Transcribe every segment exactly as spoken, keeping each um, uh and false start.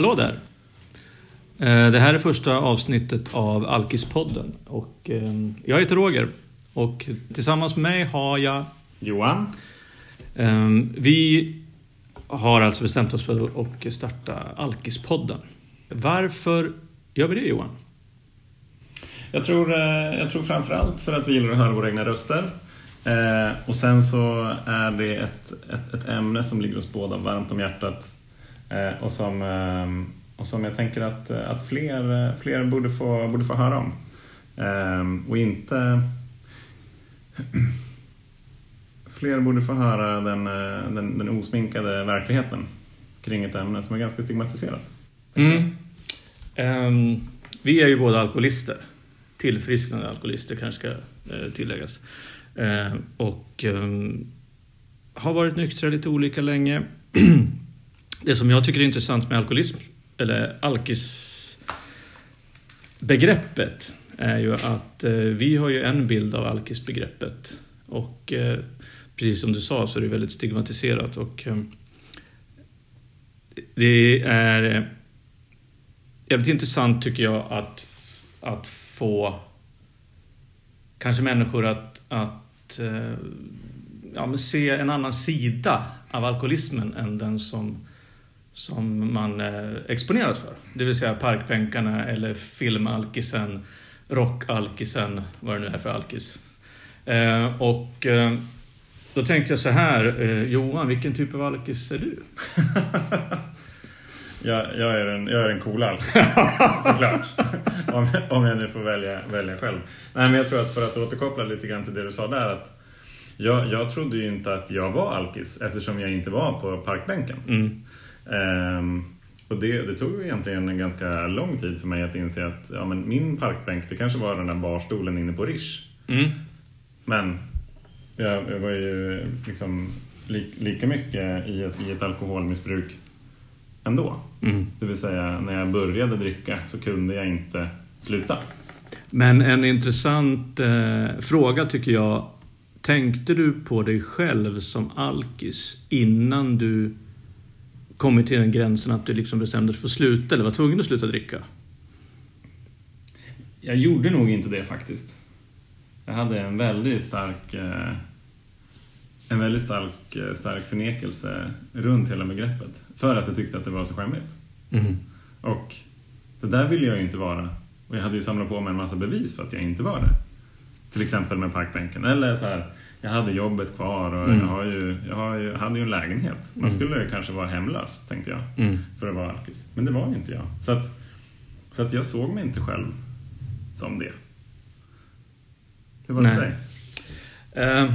Hallå där! Det här är första avsnittet av Alkispodden och jag heter Roger och tillsammans med mig har jag Johan. Vi har alltså bestämt oss för att starta Alkispodden. Varför gör vi det, Johan? Jag tror, jag tror framförallt för att vi gillar att höra våra egna röster. Och sen så är det ett, ett, ett ämne som ligger oss båda varmt om hjärtat. Och som, och som jag tänker att, att fler, fler borde, få, borde få höra om. Och inte... Fler borde få höra den, den, den osminkade verkligheten kring ett ämne som är ganska stigmatiserat. Mm. Um, vi är ju båda alkoholister. Tillfrisknande alkoholister kanske ska uh, tilläggas. Uh, och um, har varit nyktra lite olika länge. Det som jag tycker är intressant med alkoholism, eller alkisbegreppet, är ju att uh, vi har ju en bild av alkisbegreppet. Och uh, precis som du sa så är det väldigt stigmatiserat. Och uh, det är uh, jävligt intressant tycker jag att, att få kanske människor att, att uh, ja, men se en annan sida av alkoholismen än den som, som man uh, exponeras för. Det vill säga parkbänkarna eller filmalkisen, rockalkisen, vad det nu är för alkis. Uh, och uh, då tänkte jag så här, uh, Johan, vilken typ av alkis är du? jag, jag är en, jag är en coolal, såklart. om, om jag nu får välja, välja själv. Nej, men jag tror att för att återkoppla lite grann till det du sa där, att jag, jag trodde ju inte att jag var alkis eftersom jag inte var på parkbänken. Mm. Um, och det, det tog ju egentligen en ganska lång tid för mig att inse att ja, men min parkbänk, det kanske var den där barstolen inne på Rish. Mm. Men jag, jag var ju liksom li, lika mycket i ett, i ett alkoholmissbruk ändå. Mm. Det vill säga, när jag började dricka så kunde jag inte sluta. Men en intressant eh, fråga tycker jag. Tänkte du på dig själv som alkis innan du kom till den gränsen att du liksom bestämde dig för att sluta eller var tvungen att sluta dricka? Jag gjorde nog inte det faktiskt. Jag hade en väldigt stark eh, en väldigt stark, eh, stark förnekelse runt hela begreppet. För att jag tyckte att det var så skämmigt. Mm. Och det där ville jag ju inte vara. Och jag hade ju samlat på mig en massa bevis för att jag inte var det. Till exempel med parkbänken. Eller så här, jag hade jobbet kvar och mm. jag, har ju, jag har ju, hade ju en lägenhet. Man mm. skulle kanske vara hemlös, tänkte jag. Mm. För att vara alkis. Men det var ju inte jag. Så att, så att jag såg mig inte själv som det. Hur var det för dig? Uh,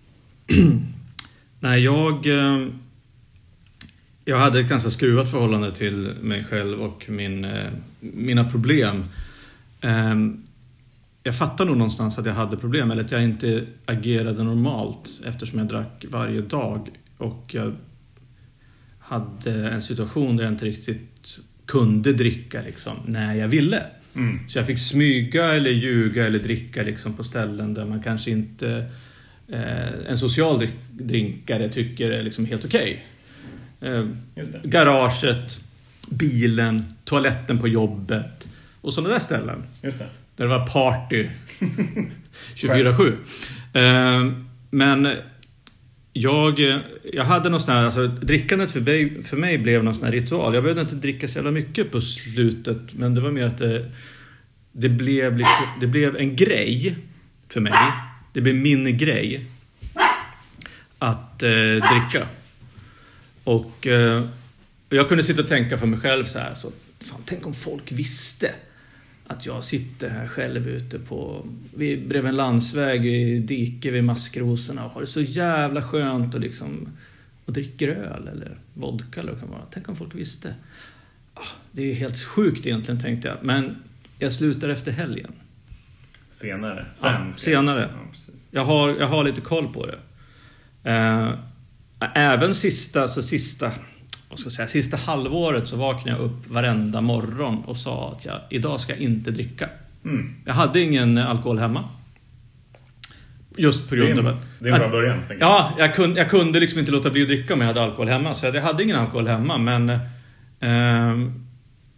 nej, jag... Uh, jag hade ett ganska skruvat förhållande till mig själv och min, uh, mina problem. Uh, jag fattar nog någonstans att jag hade problem. Eller att jag inte agerade normalt eftersom jag drack varje dag. Och jag hade en situation där jag inte riktigt kunde dricka liksom, när jag ville. Mm. Så jag fick smyga eller ljuga eller dricka liksom på ställen där man kanske inte eh, en social drick- drinkare tycker är liksom helt okej. Okay. Eh, garaget, bilen, toaletten på jobbet och sådana där ställen. Just det. Där det var party tjugofyra sju. eh, men jag, jag hade någon sån här, alltså, drickandet för mig, för mig blev någon sån här ritual. Jag behövde inte dricka så jävla mycket på slutet, men det var mer att det, det, blev, liksom, det blev en grej för mig. Det blev min grej att eh, dricka. Och eh, jag kunde sitta och tänka för mig själv så här, så, fan, tänk om folk visste att jag sitter här själv ute på vid, bredvid en landsväg i dike vid maskrosorna och har det så jävla skönt och liksom och dricker öl eller vodka eller vad det kan vara. Tänk om folk visste. Ah, det är helt sjukt egentligen, tänkte jag. Men jag slutar efter helgen. Senare. Sen ja, senare. Ja, jag, har, jag har lite koll på det. Uh, även sista, så sista vad ska jag säga, sista halvåret så vaknade jag upp varenda morgon och sa att jag, idag ska jag inte dricka. Mm. Jag hade ingen alkohol hemma. Just på grund av att... Det är en bra början, tänker jag. Ja, jag kunde, jag kunde liksom inte låta bli att dricka om jag hade alkohol hemma. Så jag hade ingen alkohol hemma, men... Eh,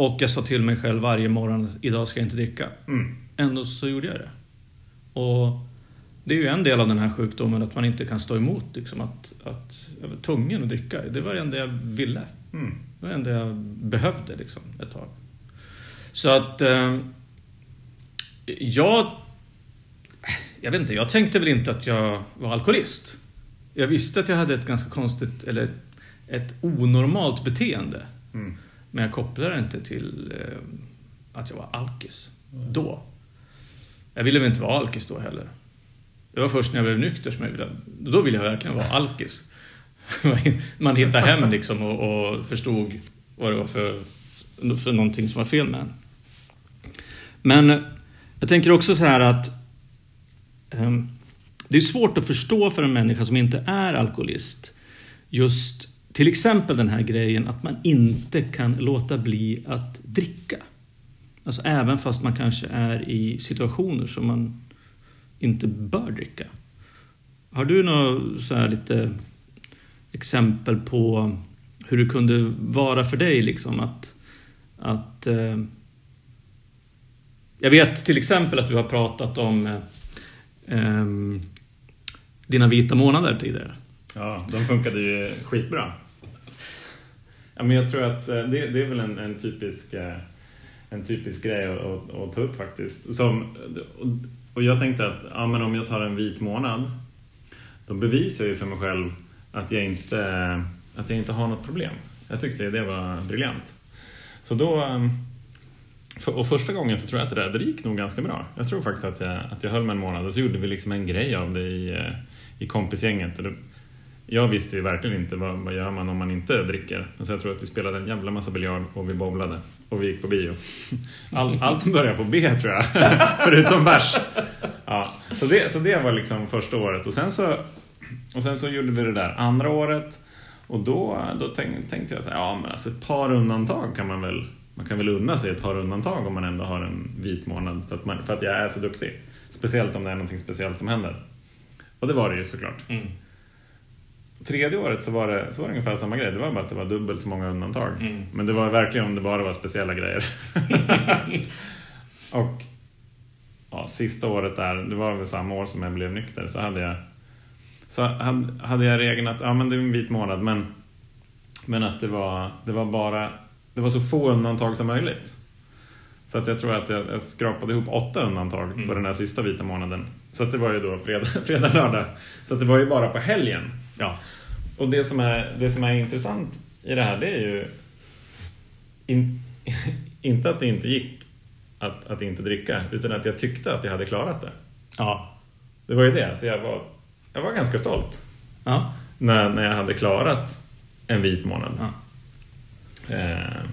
Och jag sa till mig själv varje morgon att idag ska jag inte dricka. Mm. Ändå så gjorde jag det. Och det är ju en del av den här sjukdomen att man inte kan stå emot. Liksom, att, att jag var tvungen att dricka. Det var det enda jag ville. Mm. Det var det enda jag behövde liksom, ett tag. Så att eh, jag... Jag vet inte, jag tänkte väl inte att jag var alkoholist. Jag visste att jag hade ett ganska konstigt, eller ett, ett onormalt beteende. Mm. Men jag kopplade inte till eh, att jag var alkis mm. då. Jag ville väl inte vara alkis då heller. Det var först när jag blev nykter som jag ville, då ville jag verkligen vara alkis. Man hittade hem liksom och, och förstod vad det var för, för någonting som var fel med en. Men jag tänker också så här att um, det är svårt att förstå för en människa som inte är alkoholist. Just till exempel den här grejen att man inte kan låta bli att dricka. Alltså även fast man kanske är i situationer som man inte bör dricka. Har du några så här lite exempel på hur det kunde vara för dig liksom att... att eh, jag vet till exempel att du har pratat om eh, eh, dina vita månader tidigare. Ja, de funkade ju skitbra. Ja, men jag tror att det, det är väl en, en typisk en typisk grej att, att, att ta upp faktiskt. Som, och jag tänkte att ja, men om jag tar en vit månad, då bevisar jag ju för mig själv att jag inte, att jag inte har något problem. Jag tyckte det var briljant. Så då, och första gången så tror jag att det där det gick nog ganska bra. Jag tror faktiskt att jag, att jag höll med en månad och så gjorde vi liksom en grej av det i, i kompisgänget. Och det, jag visste ju verkligen inte vad, vad gör man om man inte dricker. Så jag tror att vi spelade en jävla massa biljard och vi bobblade. Och vi gick på bio. All, allt som börjar på B tror jag. Förutom bärs. Ja, så, det, så det var liksom första året. Och sen så, och sen så gjorde vi det där andra året. Och då, då tänkte, tänkte jag så här, ja men alltså ett par undantag kan man väl... Man kan väl unna sig ett par undantag om man ändå har en vit månad. För att, man, för att jag är så duktig. Speciellt om det är någonting speciellt som händer. Och det var det ju såklart. Mm. Tredje året så var, det, så var det ungefär samma grej. Det var bara att det var dubbelt så många undantag. Mm. Men det var verkligen om det bara var speciella grejer. Och ja, sista året där, det var väl samma år som jag blev nykter. Så hade jag, så hade, hade jag regeln att ja, men det är en vit månad. Men, men att det var, det var bara... Det var så få undantag som möjligt. Så att jag tror att jag, jag skrapade ihop åtta undantag mm. på den här sista vita månaden. Så att det var ju då fredag, fredag lördag. Så att det var ju bara på helgen. Ja. Och det som är, det som är intressant i det här, det är ju in, inte att det inte gick att, att inte dricka, utan att jag tyckte att jag hade klarat det. Ja. Det var ju det. Så jag var, jag var ganska stolt. Ja. När, när jag hade klarat en vit månad. Ja. Eh,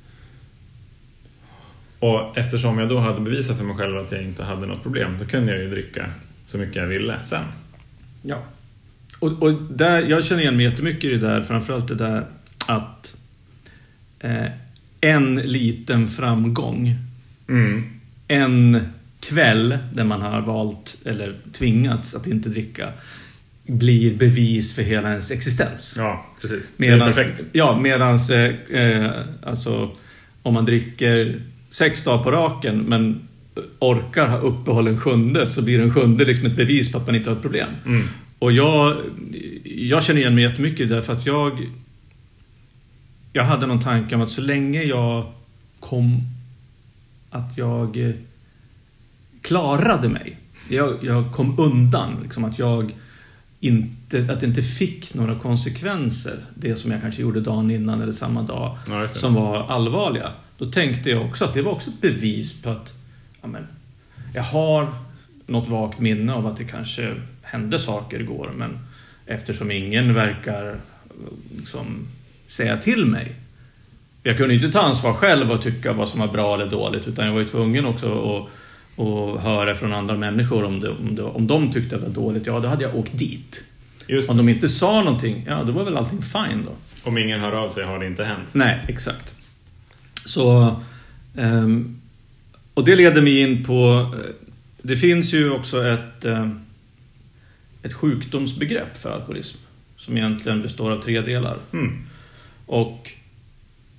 och eftersom jag då hade bevisat för mig själv att jag inte hade något problem, då kunde jag ju dricka så mycket jag ville sen. Ja. Och, och där, jag känner igen mig jättemycket i det där, framförallt det där att eh, en liten framgång, mm. en kväll där man har valt eller tvingats att inte dricka, blir bevis för hela ens existens. Ja, precis. Medans, ja, medans eh, alltså om man dricker sex dagar på raken men orkar ha uppehåll en sjunde, så blir en sjunde liksom ett bevis på att man inte har ett problem. Mm. Och jag, jag känner igen mig jättemycket därför att jag jag hade någon tanke om att så länge jag kom att jag klarade mig, jag, jag kom undan liksom, att jag inte, att det inte fick några konsekvenser, det som jag kanske gjorde dagen innan eller samma dag, ja, som var allvarliga, då tänkte jag också att det var också ett bevis på att ja, men, jag har något vagt minne av att det kanske hände saker igår, men eftersom ingen verkar liksom säga till mig, jag kunde inte ta ansvar själv och tycka vad som var bra eller dåligt, utan jag var ju tvungen också att och höra från andra människor om, det, om, det, om de tyckte det var dåligt, ja då hade jag åkt dit. Just om de inte sa någonting, ja då var väl allting fine då. Om ingen hör av sig har det inte hänt. Nej, exakt. Så um, och det leder mig in på, det finns ju också ett um, ett sjukdomsbegrepp för alkoholism som egentligen består av tre delar. Mm. Och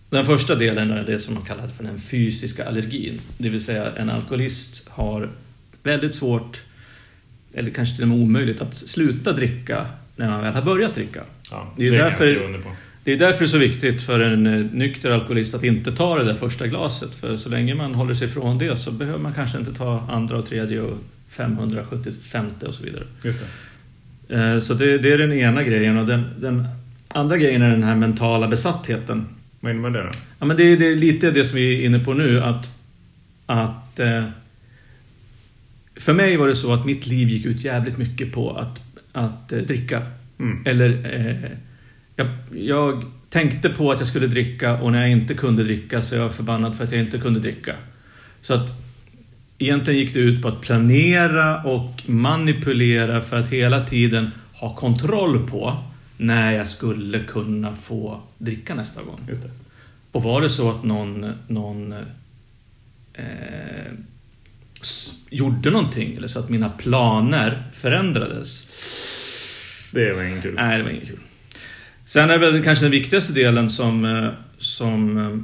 Den första delen är det som man kallar för den fysiska allergin. Det vill säga en alkoholist har väldigt svårt, eller kanske till och med omöjligt, att sluta dricka när man väl har börjat dricka. Ja, det, är det, är därför, det är därför det är så viktigt för en nykter alkoholist att inte ta det där första glaset. För så länge man håller sig från det så behöver man kanske inte ta andra och tredje och femhundrasjuttiofem och så vidare. Just det. Så det, det är den ena grejen. Och den, den andra grejen är den här mentala besattheten. Vad innebär det då? Ja, men det är, det är lite det som vi är inne på nu. Att, att eh, för mig var det så att mitt liv gick ut jävligt mycket på att, att eh, dricka. Mm. Eller eh, jag, jag tänkte på att jag skulle dricka, och när jag inte kunde dricka så jag var förbannad för att jag inte kunde dricka. Så att egentligen gick det ut på att planera och manipulera för att hela tiden ha kontroll på när jag skulle kunna få dricka nästa gång. Just det. Och var det så att någon, någon eh, s- gjorde någonting, eller så att mina planer förändrades. Det var ingen kul. Nej, det var ingen kul. Sen är väl kanske den viktigaste delen som, som,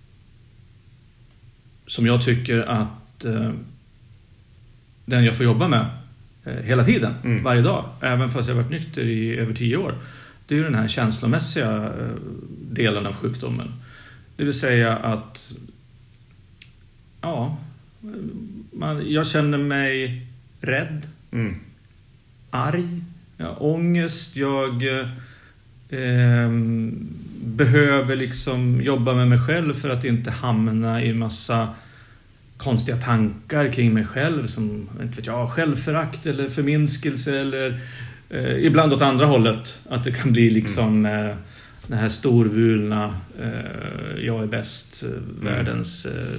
som jag tycker att eh, den jag får jobba med eh, hela tiden, mm. varje dag, även fast jag har varit nykter i över tio år. Det är ju den här känslomässiga eh, delen av sjukdomen. Det vill säga att ja, man, jag känner mig rädd, mm. arg, ja, ångest. Jag eh, behöver liksom jobba med mig själv för att inte hamna i massa konstiga tankar kring mig själv, som inte vet jag, självförakt eller förminskelse, eller eh, ibland åt andra hållet, att det kan bli liksom mm. eh, den här storvulna eh, jag är bäst, eh, mm. världens eh,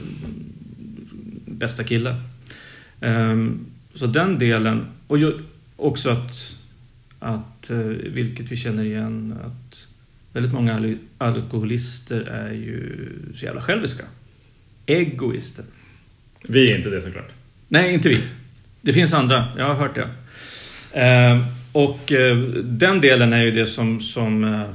bästa kille. Eh, så den delen, och ju, också att att eh, vilket vi känner igen, att väldigt många al- alkoholister är ju så jävla själviska, egoister. Vi är inte det, såklart. Nej, inte vi. Det finns andra, jag har hört det. Eh, och eh, den delen är ju det som, som eh,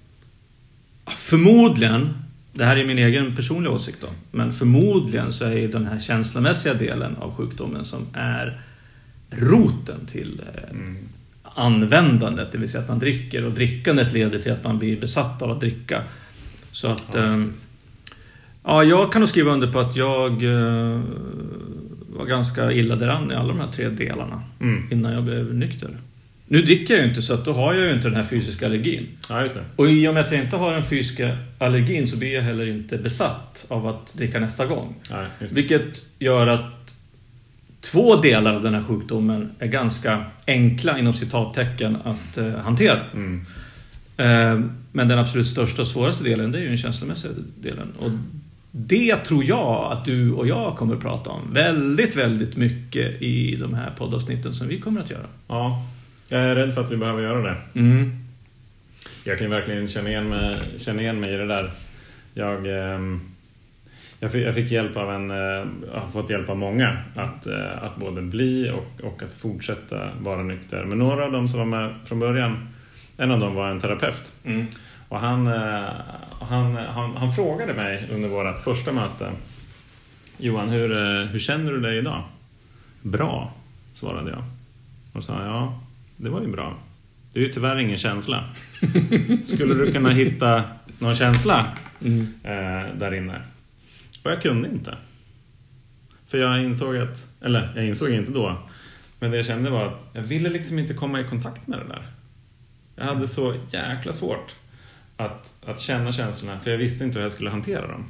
förmodligen, det här är min egen personliga åsikt då, men förmodligen så är ju den här känslomässiga delen av sjukdomen som är roten till eh, mm. användandet, det vill säga att man dricker, och drickandet leder till att man blir besatt av att dricka. Så att ja, eh, ja jag kan nog skriva under på att jag eh, var ganska illa däran i alla de här tre delarna mm. innan jag blev nykter. Nu dricker jag ju inte, så att då har jag ju inte den här fysiska allergin. Ja, just det. Och i och med att jag inte har den fysiska allergin så blir jag heller inte besatt av att dricka nästa gång. Ja, just det. Vilket gör att två delar av den här sjukdomen är ganska enkla inom citattecken att eh, hantera. Mm. Eh, men den absolut största och svåraste delen, det är ju den känslomässiga delen. Och det tror jag att du och jag kommer att prata om väldigt, väldigt mycket i de här poddavsnitten som vi kommer att göra. Ja, jag är rädd för att vi behöver göra det. Mm. Jag kan verkligen känna igen mig, känna igen mig i det där. Jag... Eh, Jag fick, jag fick hjälp av en, jag har fått hjälp av många att, att både bli och, och att fortsätta vara nykter. Men några av dem som var med från början, en av dem var en terapeut. Mm. Och han, han, han, han frågade mig under vårt första möte: Johan, hur, hur känner du dig idag? Bra, svarade jag. Och sa, ja, det var ju bra. Det är ju tyvärr ingen känsla. Skulle du kunna hitta någon känsla mm. eh, där inne? Och jag kunde inte. För jag insåg att, eller jag insåg inte då, men det jag kände var att jag ville liksom inte komma i kontakt med det där. Jag hade så jäkla svårt att, att känna känslorna, för jag visste inte hur jag skulle hantera dem.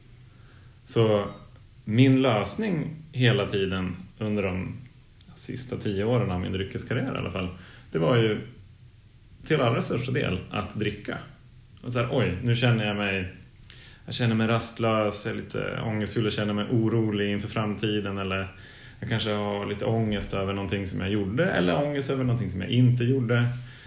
Så min lösning hela tiden under de sista tio åren av min dryckeskarriär i alla fall, det var ju till allra största del att dricka. Och så här, oj, nu känner jag mig Jag känner mig rastlös, jag är lite ångestfull, jag känner mig orolig inför framtiden, eller jag kanske har lite ångest över någonting som jag gjorde, eller ångest över någonting som jag inte gjorde.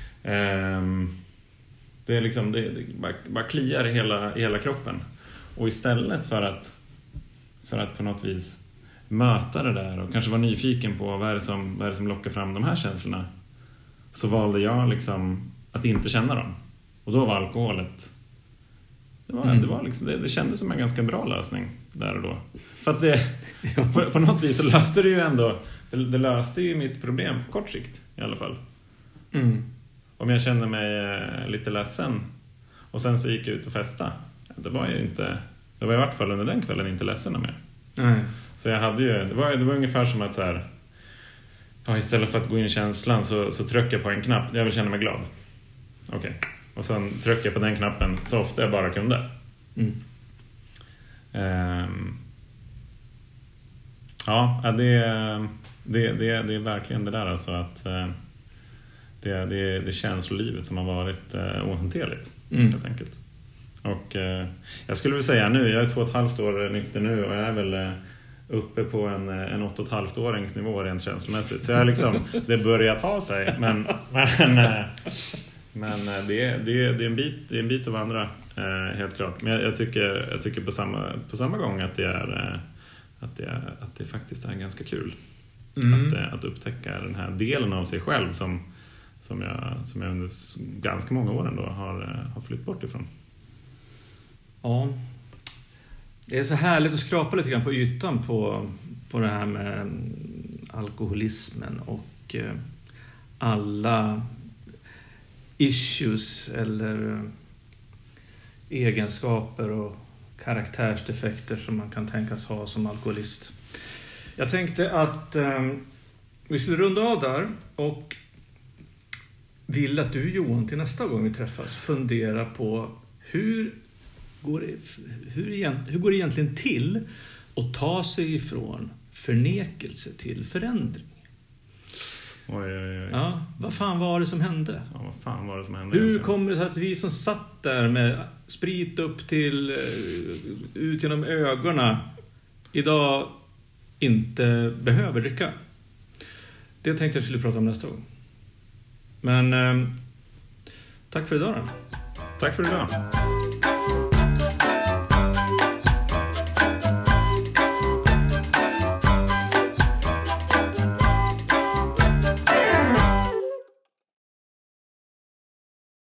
Um, det är liksom, det, det bara, bara kliar i hela, i hela kroppen. Och istället för att, för att på något vis möta det där och kanske vara nyfiken på vad är det som, vad är det som lockar fram de här känslorna, så valde jag liksom att inte känna dem. Och då var alkoholet Det, var, mm. det, var liksom, det, det kändes som en ganska bra lösning där och då. För att det, på, på något vis så löste det ju ändå, det, det löste ju mitt problem på kort sikt i alla fall. Mm. Om jag kände mig lite ledsen och sen så gick jag ut och festa. Det var ju inte, det var i vart fall under den kvällen inte ledsen mer. Nej. Så jag hade ju, det var, det var ungefär som att så här, ja, istället för att gå in i känslan så, så trycker jag på en knapp. Jag vill känna mig glad. Okej. Okay. Och sen trycker jag på den knappen så ofta jag bara kunde. Mm. Um, ja, det, det, det, det är verkligen det där alltså att uh, det, det, det känslolivet som har varit uh, ohanterligt mm. helt enkelt. Och uh, jag skulle väl säga nu, jag är två och ett halvt år nykter nu och jag är väl uh, uppe på en, en åtta och ett halvt årings nivå rent känslomässigt. Så jag liksom, det börjar ta sig. Men, men, men det, är, det, är, det, är en bit, det är en bit av andra, helt klart. Men jag, jag, tycker, jag tycker på samma, på samma gång att det, är, att, det är, att det faktiskt är ganska kul. Mm. Att, att upptäcka den här delen av sig själv som, som, jag, som jag under ganska många år ändå har, har flytt bort ifrån. Ja. Det är så härligt att skrapa lite grann på ytan på, på det här med alkoholismen och eh, alla issues eller egenskaper och karaktärsdefekter som man kan tänkas ha som alkoholist. Jag tänkte att eh, vi skulle runda av där och vill att du, Johan, till nästa gång vi träffas fundera på hur Går det, hur, hur går det egentligen till att ta sig ifrån förnekelse till förändring? Oj, oj, oj. Ja, vad fan var det som hände? Ja, vad fan var det som hände? Hur kommer det sig att vi som satt där med sprit upp till ut genom ögonen idag inte behöver dricka? Det tänkte jag skulle prata om nästa gång. Men eh, tack för idag då. Tack för idag.